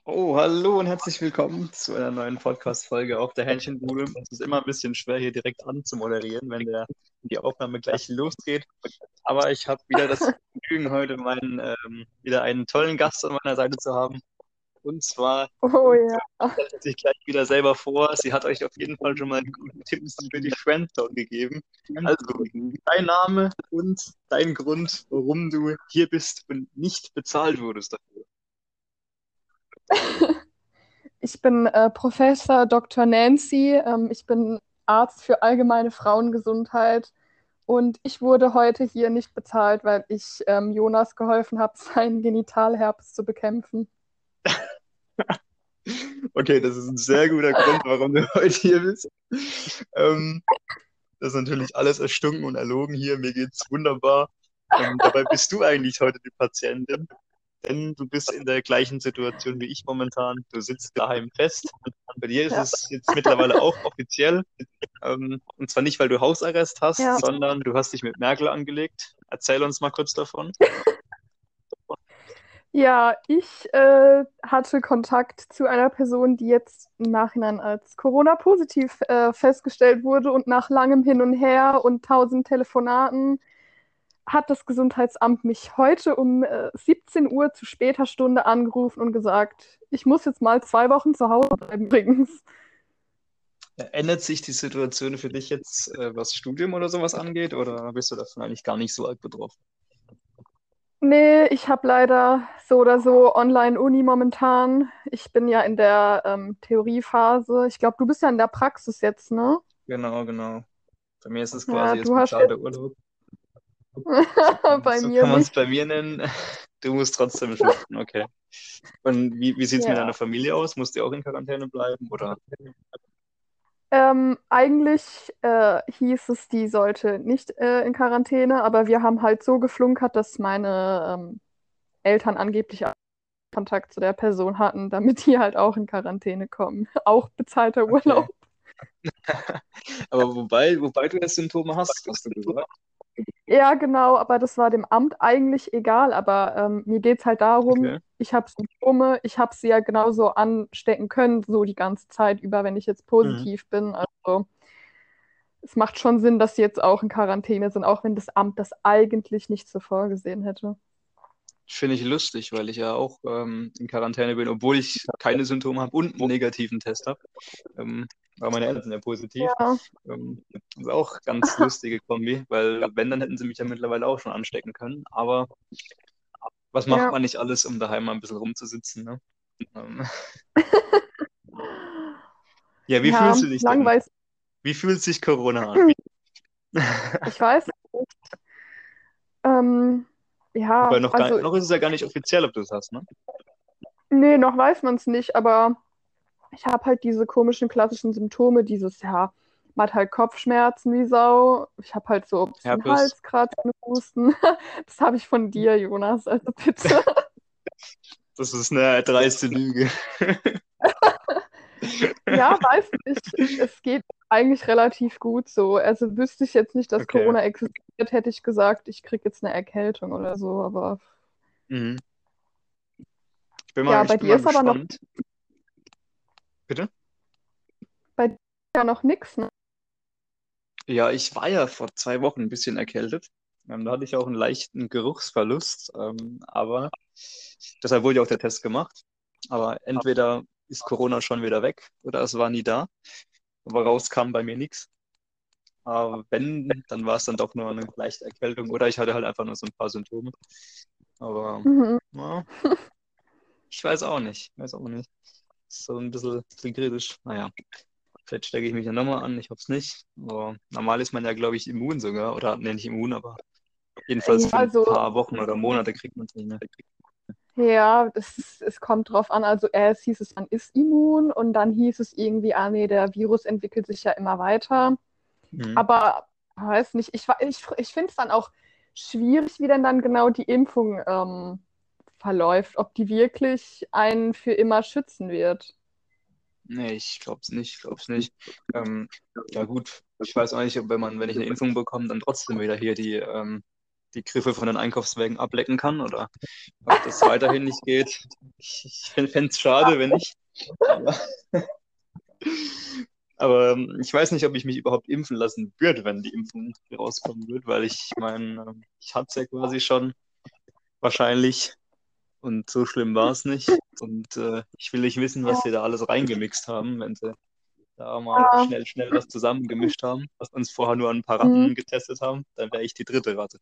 Oh, hallo und herzlich willkommen zu einer neuen Podcast-Folge auf der Hähnchenbude. Es ist immer ein bisschen schwer, hier direkt anzumoderieren, wenn die Aufnahme gleich losgeht. Aber ich habe wieder das Vergnügen, heute wieder einen tollen Gast an meiner Seite zu haben. Und zwar Oh ja. stellt sie sich gleich wieder selber vor. Sie hat euch auf jeden Fall schon mal gute Tipps für die Friendzone gegeben. Also, dein Name und dein Grund, warum du hier bist und nicht bezahlt wurdest dafür. Ich bin Professor Dr. Nancy. Ich bin Arzt für allgemeine Frauengesundheit und ich wurde heute hier nicht bezahlt, weil ich Jonas geholfen habe, seinen Genitalherpes zu bekämpfen. Okay, das ist ein sehr guter Grund, warum du heute hier bist. Ähm, Das ist natürlich alles erstunken und erlogen hier. Mir geht's wunderbar. Dabei bist du eigentlich heute die Patientin, denn du bist in der gleichen Situation wie ich momentan. Du sitzt daheim fest. Bei dir ist Ja, es jetzt mittlerweile auch offiziell. Und zwar nicht, weil du Hausarrest hast, ja. sondern du hast dich mit Merkel angelegt. Erzähl uns mal kurz davon. Ja, ich hatte Kontakt zu einer Person, die jetzt im Nachhinein als Corona-positiv festgestellt wurde und nach langem Hin und Her und 1000 Telefonaten hat das Gesundheitsamt mich heute um 17 Uhr zu später Stunde angerufen und gesagt, ich muss jetzt mal 2 Wochen zu Hause bleiben übrigens. Ändert sich die Situation für dich jetzt, was Studium oder sowas angeht, oder bist du davon eigentlich gar nicht so arg betroffen? Nee, ich habe leider so oder so Online-Uni momentan. Ich bin ja in der Theoriephase. Ich glaube, du bist ja in der Praxis jetzt, ne? Genau, genau. Bei mir ist es quasi Ja, jetzt du hast jetzt bezahlter Urlaub. bei So mir kann man es nicht. bei mir nennen. Du musst trotzdem schuften, okay. Und wie sieht es mit deiner Ja. Familie aus? Musst du auch in Quarantäne bleiben, oder? Eigentlich hieß es, die sollte nicht in Quarantäne, aber wir haben halt so geflunkert, dass meine Eltern angeblich Kontakt zu der Person hatten, damit die halt auch in Quarantäne kommen. Auch bezahlter Okay. Urlaub. Aber wobei du jetzt Symptome hast du gesagt? Ja, genau, aber das war dem Amt eigentlich egal. Aber mir geht es halt darum, Okay. ich habe Symptome, ich habe sie ja genauso anstecken können, so die ganze Zeit über, wenn ich jetzt Mhm. positiv bin. Also es macht schon Sinn, dass sie jetzt auch in Quarantäne sind, auch wenn das Amt das eigentlich nicht so vorgesehen hätte. Finde ich lustig, weil ich ja auch in Quarantäne bin, obwohl ich keine Symptome habe und einen negativen Test habe. Weil meine Eltern sind ja positiv. Ja, Das ist auch ganz lustige Kombi, weil wenn, dann hätten sie mich ja mittlerweile auch schon anstecken können. Aber was macht ja. man nicht alles, um daheim mal ein bisschen rumzusitzen, ne? Ähm, ja, wie fühlst Ja, du dich denn? langweilig. Wie fühlt sich Corona an? Ich weiß nicht. Ähm, Wobei ja, also, noch ist es ja gar nicht offiziell, ob du es hast, ne? nee, noch weiß man es nicht, aber ich habe halt diese komischen klassischen Symptome, dieses, ja, man hat halt Kopfschmerzen wie Sau. Ich habe halt so ein bisschen Herpes. Halskratzen, Husten. Das habe ich von dir, Jonas, also bitte. Das ist eine dreiste Lüge. Ja, weiß nicht. Es geht eigentlich relativ gut so. Also wüsste ich jetzt nicht, dass Okay. Corona existiert, hätte ich gesagt, ich kriege jetzt eine Erkältung oder so. Aber Mhm. ja, Ich bei bin dir mal ist aber noch, gespannt. Bitte? bei dir ja noch nichts, ne? Ja, ich war ja vor 2 Wochen ein bisschen erkältet. Da hatte ich auch einen leichten Geruchsverlust. Aber deshalb wurde ja auch der Test gemacht. Aber entweder ist Corona schon wieder weg oder es war nie da. Aber raus kam bei mir nichts. Aber wenn, dann war es dann doch nur eine leichte Erkältung oder ich hatte halt einfach nur so ein paar Symptome. Aber Mhm. ja, ich weiß auch nicht. Weiß auch nicht. Ist so ein bisschen kritisch. Naja, vielleicht stecke ich mich ja nochmal an. Ich hoffe es nicht. Aber normal ist man ja, glaube ich, immun sogar. Oder nee, nicht immun, aber jedenfalls Ja, für ein also paar Wochen oder Monate kriegt man es nicht mehr. ja, es kommt drauf an. Also erst hieß es, man ist immun und dann hieß es irgendwie, ah nee, der Virus entwickelt sich ja immer weiter. Mhm. Aber weiß nicht, ich finde es dann auch schwierig, wie denn dann genau die Impfung verläuft, ob die wirklich einen für immer schützen wird. Nee, ich glaube es nicht. Ich glaube es nicht. Ja gut, ich weiß auch nicht, ob wenn ich eine Impfung bekomme, dann trotzdem wieder hier die die Griffe von den Einkaufswagen ablecken kann oder ob das weiterhin nicht geht. Ich fände es schade, wenn nicht. Aber, aber ich weiß nicht, ob ich mich überhaupt impfen lassen würde, wenn die Impfung rauskommen würde, weil ich meine, ich hatte es ja quasi schon wahrscheinlich und so schlimm war es nicht. Und ich will nicht wissen, was sie da alles reingemixt haben, wenn sie da mal Ja, schnell was zusammengemischt haben, was uns vorher nur an ein paar hm, Ratten getestet haben, dann wäre ich die dritte Ratte.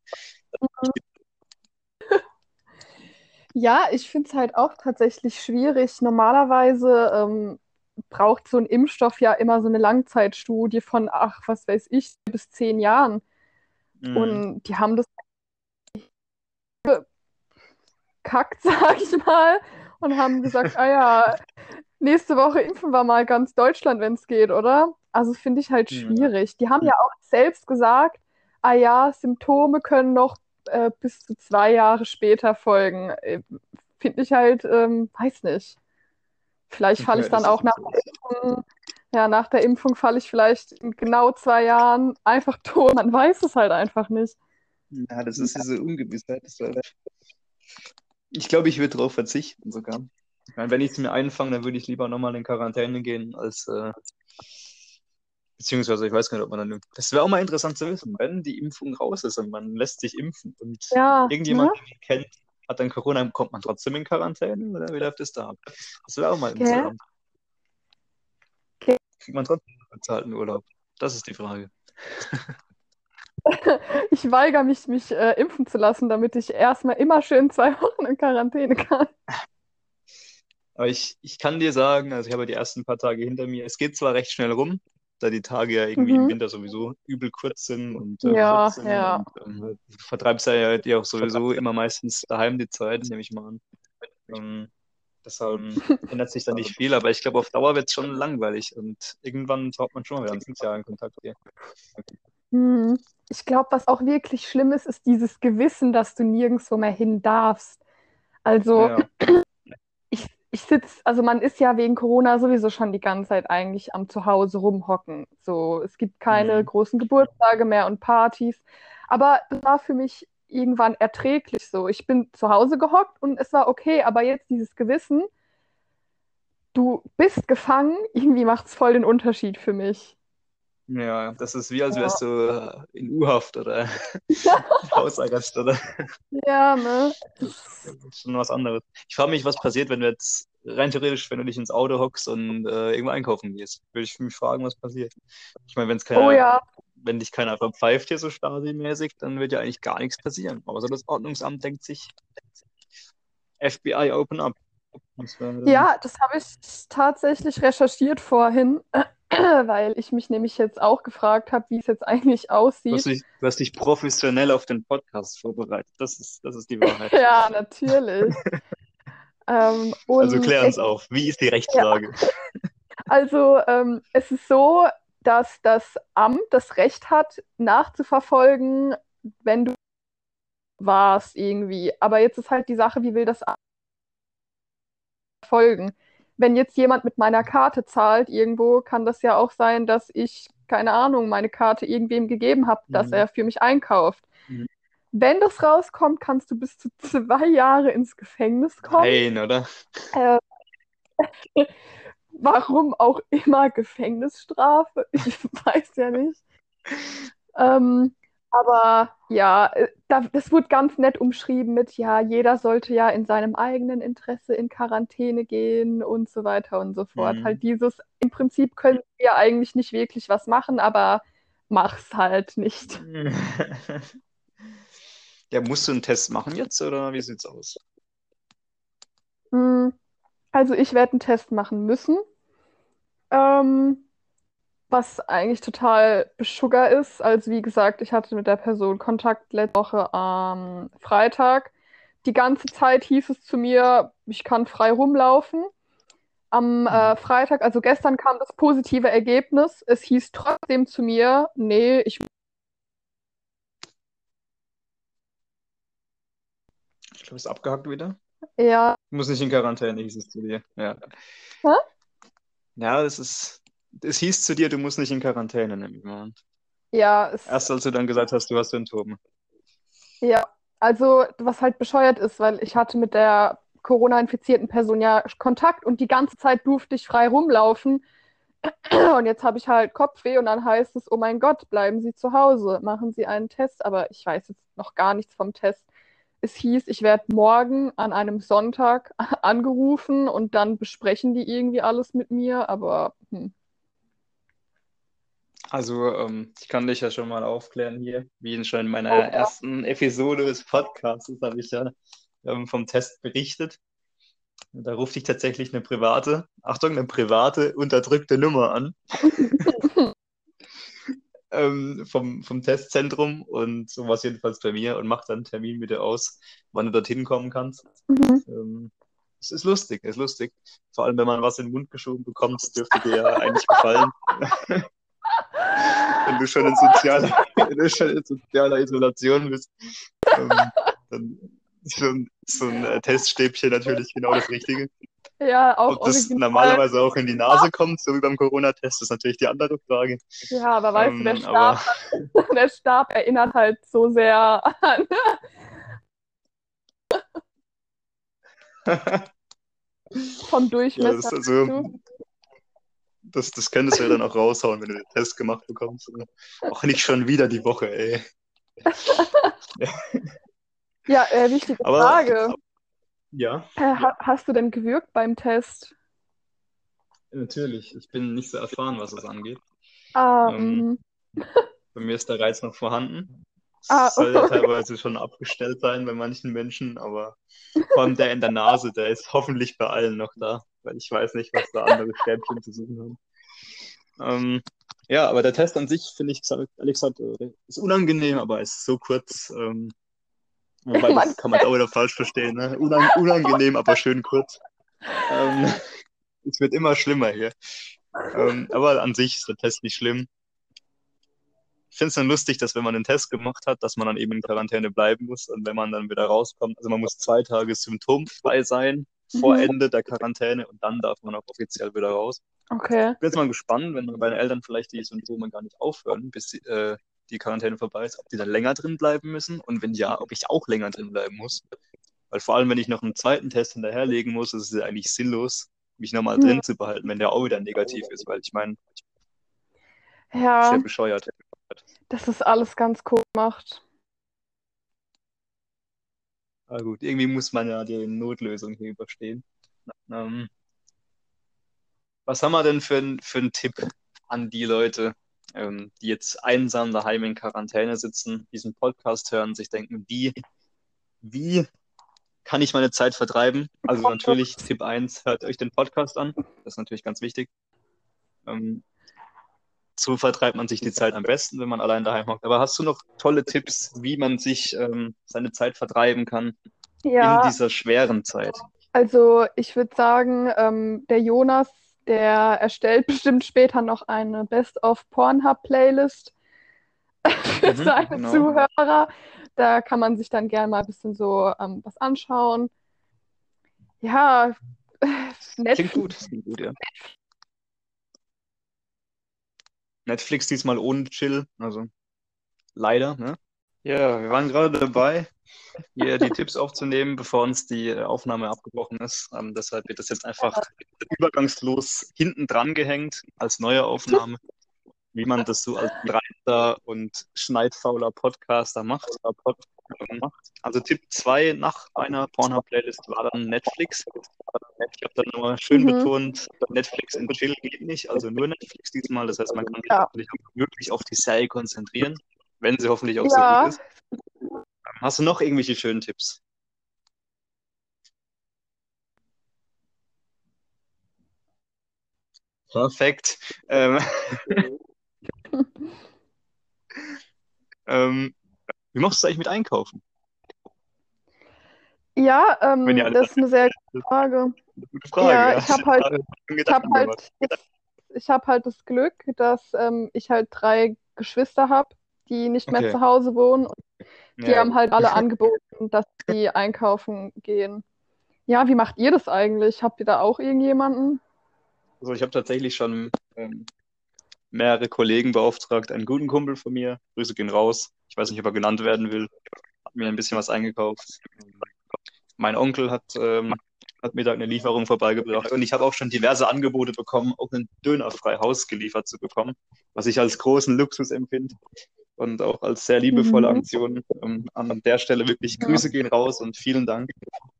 ja, ich finde es halt auch tatsächlich schwierig. Normalerweise braucht so ein Impfstoff ja immer so eine Langzeitstudie von, ach, was weiß ich, bis 10 Jahren. Mhm. Und die haben das gekackt, sag ich mal, und haben gesagt, ah ja, nächste Woche impfen wir mal ganz Deutschland, wenn es geht, oder? Also finde ich halt Ja. schwierig. Die haben ja auch selbst gesagt, ah ja, Symptome können noch bis zu 2 Jahre später folgen. Finde ich halt, weiß nicht. Vielleicht falle ich Okay, dann das ist auch nach natürlich. der Impfung, ja, nach der Impfung falle ich vielleicht in genau 2 Jahren einfach tot. Man weiß es halt einfach nicht. Ja, das ist diese Ungewissheit. Ich glaube, ich würde darauf verzichten sogar. Ich meine, wenn ich es mir einfange, dann würde ich lieber nochmal in Quarantäne gehen, als beziehungsweise ich weiß gar nicht, ob man dann. Das wäre auch mal interessant zu wissen, wenn die Impfung raus ist und man lässt sich impfen und Ja, ne? irgendjemand, den man kennt, hat dann Corona, kommt man trotzdem in Quarantäne oder wie läuft es da ab? Das wäre auch mal Gell? interessant. Kriegt man trotzdem bezahlten Urlaub? Das ist die Frage. Ich weigere mich, mich impfen zu lassen, damit ich erstmal immer schön 2 Wochen in Quarantäne kann. Aber ich kann dir sagen, also ich habe die ersten paar Tage hinter mir. Es geht zwar recht schnell rum, da die Tage ja irgendwie im Mhm. Winter sowieso übel kurz sind und Ja, ja. du vertreibst ja dir auch sowieso immer meistens daheim die Zeit, nehme ich mal an. Deshalb ändert sich da nicht viel, aber ich glaube, auf Dauer wird es schon langweilig und irgendwann braucht man schon mal wieder einen sozialen Kontakt hier. Mhm. Ich glaube, was auch wirklich schlimm ist, ist dieses Gewissen, dass du nirgendwo mehr hin darfst. Also Ja. ich sitze, also man ist ja wegen Corona sowieso schon die ganze Zeit eigentlich am Zuhause rumhocken. So, es gibt keine Mhm. großen Geburtstage mehr und Partys. Aber das war für mich irgendwann erträglich so. Ich bin zu Hause gehockt und es war okay, aber jetzt dieses Gewissen, du bist gefangen, irgendwie macht es voll den Unterschied für mich. Ja, das ist wie, als Ja, wärst du in U-Haft oder Hausarrest, oder? ja, ne? Das ist schon was anderes. Ich frage mich, was passiert, wenn du jetzt rein theoretisch, wenn du dich ins Auto hockst und irgendwo einkaufen gehst. Würde ich mich fragen, was passiert. Ich meine, Oh ja, wenn dich keiner verpfeift hier so Stasi-mäßig, dann wird ja eigentlich gar nichts passieren. Aber so das Ordnungsamt denkt sich, FBI open up. Das wäre dann, ja, das habe ich tatsächlich recherchiert vorhin, weil ich mich nämlich jetzt auch gefragt habe, wie es jetzt eigentlich aussieht. du hast dich professionell auf den Podcast vorbereitet. Das ist die Wahrheit. Ja, natürlich. Also Und klär es, uns auf. Wie ist die ja, Rechtslage? also es ist so, dass das Amt das Recht hat, nachzuverfolgen, wenn du warst irgendwie. Aber jetzt ist halt die Sache, wie will das Amt folgen? Wenn jetzt jemand mit meiner Karte zahlt irgendwo, kann das ja auch sein, dass ich, keine Ahnung, meine Karte irgendwem gegeben habe, dass Mhm. er für mich einkauft. Mhm. Wenn das rauskommt, kannst du bis zu 2 Jahre ins Gefängnis kommen. Nein, oder? Äh, warum auch immer Gefängnisstrafe? Ich weiß ja nicht. Ähm, aber ja, das wurde ganz nett umschrieben mit, ja, jeder sollte ja in seinem eigenen Interesse in Quarantäne gehen und so weiter und so fort. Mhm. Halt dieses, im Prinzip können wir eigentlich nicht wirklich was machen, aber mach's halt nicht. Ja, musst du einen Test machen jetzt oder wie sieht's aus? Hm, Also ich werde einen Test machen müssen. Ähm, Was eigentlich total beschugger ist. Also wie gesagt, ich hatte mit der Person Kontakt letzte Woche am Freitag. Die ganze Zeit hieß es zu mir, ich kann frei rumlaufen. Am Mhm. Freitag, also gestern, kam das positive Ergebnis. Es hieß trotzdem zu mir, nee, Ich glaube, es ist abgehakt wieder. ja, Du musst nicht in Quarantäne, hieß es zu dir. Ja. hä? Ja, es hieß zu dir, du musst nicht in Quarantäne, nehme ich mal an. Ja, Erst als du dann gesagt hast, du hast Symptome. Ja, also was halt bescheuert ist, weil ich hatte mit der Corona-infizierten Person ja Kontakt und die ganze Zeit durfte ich frei rumlaufen. Und jetzt habe ich halt Kopfweh und dann heißt es, oh mein Gott, bleiben Sie zu Hause, machen Sie einen Test. Aber ich weiß jetzt noch gar nichts vom Test. Es hieß, ich werde morgen an einem Sonntag angerufen und dann besprechen die irgendwie alles mit mir. Aber Also, ich kann dich ja schon mal aufklären hier. Wie schon in meiner oh, ja. ersten Episode des Podcasts habe ich ja vom Test berichtet. Da ruft dich tatsächlich eine private, Achtung, eine private, unterdrückte Nummer an, vom Testzentrum und sowas jedenfalls bei mir und macht dann einen Termin mit dir aus, wann du dorthin kommen kannst. Mhm. Ähm, Es ist lustig, es ist lustig. Vor allem, wenn man was in den Mund geschoben bekommt, dürfte dir ja eigentlich gefallen, wenn du schon wenn du schon in sozialer Isolation bist. Ähm, Dann ist so ein Teststäbchen natürlich genau das Richtige. Ja, auch Ob das original. normalerweise auch in die Nase kommt, so wie beim Corona-Test, ist natürlich die andere Frage. Ja, aber weißt du, Aber Der Stab erinnert halt so sehr an vom ja, Durchmesser. das, also, Du. das könntest du ja dann auch raushauen, wenn du den Test gemacht bekommst. Auch nicht schon wieder die Woche, ey. Ja, Ja, wichtige aber Frage. ja, Hast du denn gewürgt beim Test? natürlich. Ich bin nicht so erfahren, was das angeht. Ah, Ähm, mhm. Bei mir ist der Reiz noch vorhanden. Ah, Es soll ja teilweise schon abgestellt sein bei manchen Menschen, aber vor allem der in der Nase, der ist hoffentlich bei allen noch da, weil ich weiß nicht, was da andere Stäbchen zu suchen haben. Ja, aber der Test an sich, finde ich, ehrlich gesagt, ist unangenehm, aber ist so kurz. Wobei, man, das kann man jetzt auch wieder falsch verstehen. Ne? Unangenehm, aber schön kurz. Ähm, Es wird immer schlimmer hier. Aber an sich ist der Test nicht schlimm. Ich finde es dann lustig, dass wenn man einen Test gemacht hat, dass man dann eben in Quarantäne bleiben muss. Und wenn man dann wieder rauskommt, also man muss 2 Tage symptomfrei sein vor mhm. Ende der Quarantäne und dann darf man auch offiziell wieder raus. Okay. Ich bin jetzt mal gespannt, wenn bei den Eltern vielleicht die Symptome gar nicht aufhören, bis die Quarantäne vorbei ist, ob die dann länger drin bleiben müssen und wenn ja, ob ich auch länger drin bleiben muss. Weil vor allem, wenn ich noch einen zweiten Test hinterherlegen muss, ist es ja eigentlich sinnlos, mich nochmal Hm. drin zu behalten, wenn der auch wieder negativ ist, weil ich meine, ist ja Ja, bescheuert. das ist alles ganz cool gemacht. Aber gut, irgendwie muss man ja die Notlösung hier überstehen. Ähm, Was haben wir denn für einen Tipp an die Leute, die jetzt einsam daheim in Quarantäne sitzen, diesen Podcast hören, sich denken, wie kann ich meine Zeit vertreiben? Also natürlich Tipp eins: hört euch den Podcast an. Das ist natürlich ganz wichtig. Ähm, So vertreibt man sich die Zeit am besten, wenn man allein daheim hockt. Aber hast du noch tolle Tipps, wie man sich seine Zeit vertreiben kann in Ja, dieser schweren Zeit? also ich würde sagen, der Jonas, der erstellt bestimmt später noch eine Best-of Pornhub-Playlist für Mhm, seine genau. Zuhörer. Da kann man sich dann gerne mal ein bisschen so was anschauen. Ja, Klingt Netflix. gut. Klingt gut, ja. Netflix diesmal ohne Chill, also leider, ne? Ja, wir waren gerade dabei, hier die Tipps aufzunehmen, bevor uns die Aufnahme abgebrochen ist. Deshalb wird das jetzt einfach übergangslos hinten dran gehängt als neue Aufnahme, wie man das so als breiter und schneidfauler Podcaster macht. Also Tipp 2 nach meiner Pornhub-Playlist war dann Netflix. Ich habe dann nur schön Mhm. betont, Netflix in Chill geht nicht, also nur Netflix diesmal. Das heißt, man kann sich Ja. natürlich auch wirklich auf die Serie konzentrieren, wenn sie hoffentlich auch so gut Ja, ist. Hast du noch irgendwelche schönen Tipps? Perfekt. Ähm, ähm, Wie machst du es eigentlich mit Einkaufen? ja, Wenn ihr alle das ist eine sehr das gute Frage. ist eine gute Frage, Ja, ja. Ich habe gerade ich habe Gedanken gemacht. halt ich habe halt das Glück, dass ich halt drei Geschwister habe, die nicht mehr Okay, zu Hause wohnen. Und die ja, haben gut. halt alle angeboten, dass die einkaufen gehen. Ja, wie macht ihr das eigentlich? Habt ihr da auch irgendjemanden? Also ich habe tatsächlich schon mehrere Kollegen beauftragt. Einen guten Kumpel von mir, Grüße gehen raus. Ich weiß nicht, ob er genannt werden will. mir ein bisschen was eingekauft. Mein Onkel hat mir da eine Lieferung vorbeigebracht und ich habe auch schon diverse Angebote bekommen, auch einen Döner frei Haus geliefert zu bekommen, was ich als großen Luxus empfinde und auch als sehr liebevolle Mhm. Aktion. An der Stelle wirklich Ja. Grüße gehen raus und vielen Dank,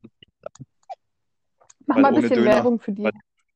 Mach weil mal ein ohne bisschen Döner, Werbung für die.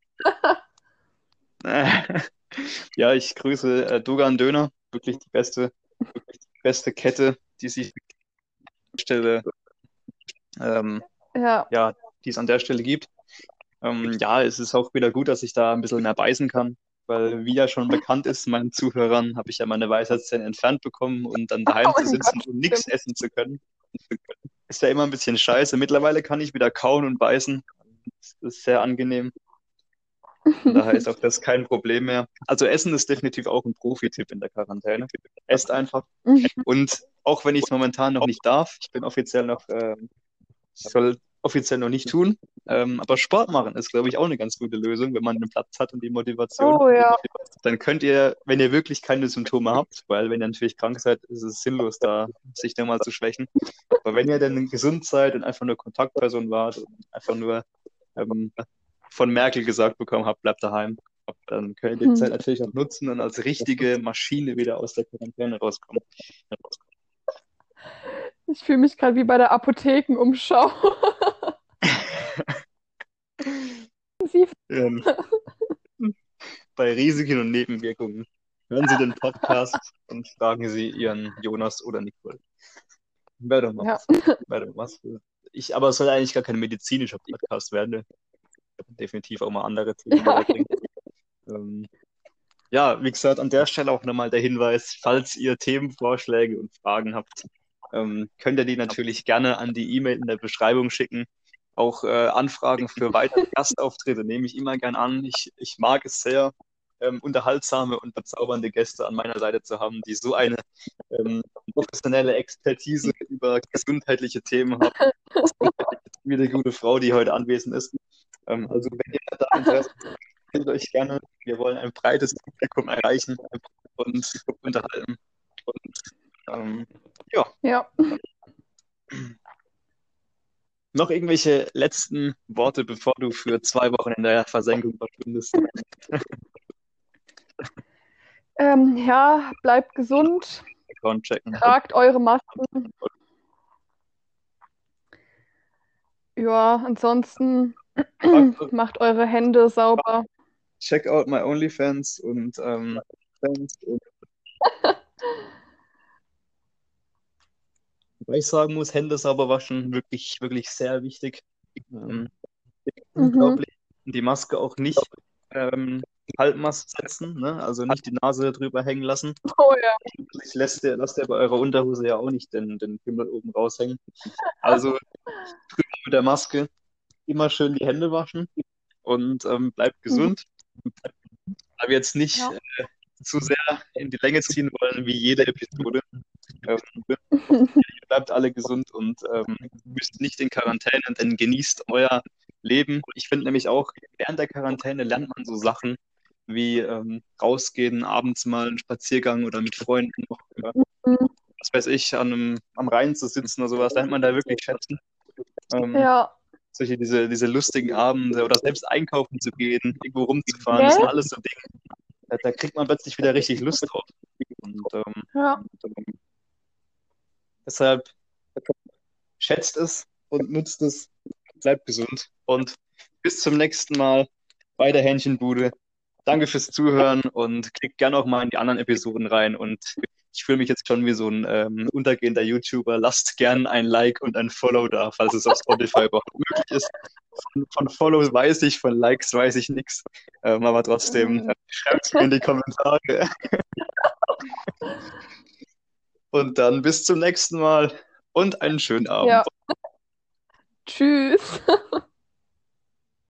ja, ich grüße Dogan Döner, wirklich die beste Kette, die sich an der Stelle, ähm, Ja. ja, die es an der Stelle gibt. Ja, es ist auch wieder gut, dass ich da ein bisschen mehr beißen kann, weil wie ja schon bekannt ist, meinen Zuhörern, habe ich ja meine Weisheitszähne entfernt bekommen und dann daheim Oh zu mein Gott, sitzen und nichts stimmt. essen zu können, ist ja immer ein bisschen scheiße. Mittlerweile kann ich wieder kauen und beißen. Das ist sehr angenehm. Von daher ist auch das kein Problem mehr. Also Essen ist definitiv auch ein Profi-Tipp in der Quarantäne. Esst einfach. Mhm. Und auch wenn ich es momentan noch nicht darf, ich bin offiziell noch ich soll offiziell noch nicht tun. Aber Sport machen ist, glaube ich, auch eine ganz gute Lösung, wenn man den Platz hat und die Motivation. Oh ja. Dann könnt ihr, wenn ihr wirklich keine Symptome habt, weil wenn ihr natürlich krank seid, ist es sinnlos, da sich nochmal zu schwächen. Aber wenn ihr dann gesund seid und einfach nur Kontaktperson wart und einfach nur ähm, von Merkel gesagt bekommen habt, bleibt daheim, dann könnt ihr die Zeit Hm. natürlich auch nutzen und als richtige Maschine wieder aus der Quarantäne rauskommen. Ich fühle mich gerade wie bei der Apothekenumschau. Sie. Ähm, bei Risiken und Nebenwirkungen. Hören Sie den Podcast und fragen Sie Ihren Jonas oder Nicole. Wäre doch mal Ja. was. Wäre doch was für. Aber es soll eigentlich gar kein medizinischer Podcast werden. Ne? Definitiv auch mal andere Themen Ja. reinbringen. Ähm, ja, wie gesagt, an der Stelle auch nochmal der Hinweis, falls ihr Themenvorschläge und Fragen habt, könnt ihr die natürlich gerne an die E-Mail in der Beschreibung schicken. Auch Anfragen für weitere Gastauftritte nehme ich immer gern an. Ich mag es sehr, unterhaltsame und bezaubernde Gäste an meiner Seite zu haben, die so eine professionelle Expertise über gesundheitliche Themen haben. Wie die gute Frau, die heute anwesend ist. Also wenn ihr da Interesse habt, meldet euch gerne. Wir wollen ein breites Publikum erreichen und unterhalten. Und ja, Ja. noch irgendwelche letzten Worte, bevor du für 2 Wochen in der Versenkung verschwindest? Ja, bleibt gesund, Account checken. tragt eure Masken. Ja, ansonsten macht eure Hände sauber. Check out my OnlyFans und wobei ich sagen muss, Hände sauber waschen, wirklich, wirklich sehr wichtig. Ähm, Mhm. unglaublich. Die Maske auch nicht Halbmast setzen, ne? Also nicht die Nase drüber hängen lassen. Oh ja. Lasst ihr bei eurer Unterhose ja auch nicht den Pimmel oben raushängen. Also mit der Maske immer schön die Hände waschen und bleibt Mhm. gesund. Da wir jetzt nicht Ja. zu sehr in die Länge ziehen wollen wie jede Episode, ähm, bleibt alle gesund und müsst nicht in Quarantäne, denn genießt euer Leben. Ich finde nämlich auch, während der Quarantäne lernt man so Sachen wie rausgehen, abends mal einen Spaziergang oder mit Freunden, was weiß ich, am Rhein zu sitzen oder sowas, lernt man da wirklich schätzen. Ja. Diese lustigen Abende oder selbst einkaufen zu gehen, irgendwo rumzufahren, das Gell? sind alles so Dinge, da kriegt man plötzlich wieder richtig Lust drauf. Und Ja. deshalb schätzt es und nutzt es, bleibt gesund und bis zum nächsten Mal bei der Hähnchenbude. Danke fürs Zuhören und klickt gerne auch mal in die anderen Episoden rein. Und ich fühle mich jetzt schon wie so ein untergehender YouTuber. Lasst gern ein Like und ein Follow da, falls es auf Spotify überhaupt möglich ist. Von Follows weiß ich, von Likes weiß ich nichts. Aber trotzdem, schreibt es mir in die Kommentare. Und dann bis zum nächsten Mal und einen schönen Abend. Ja. Tschüss.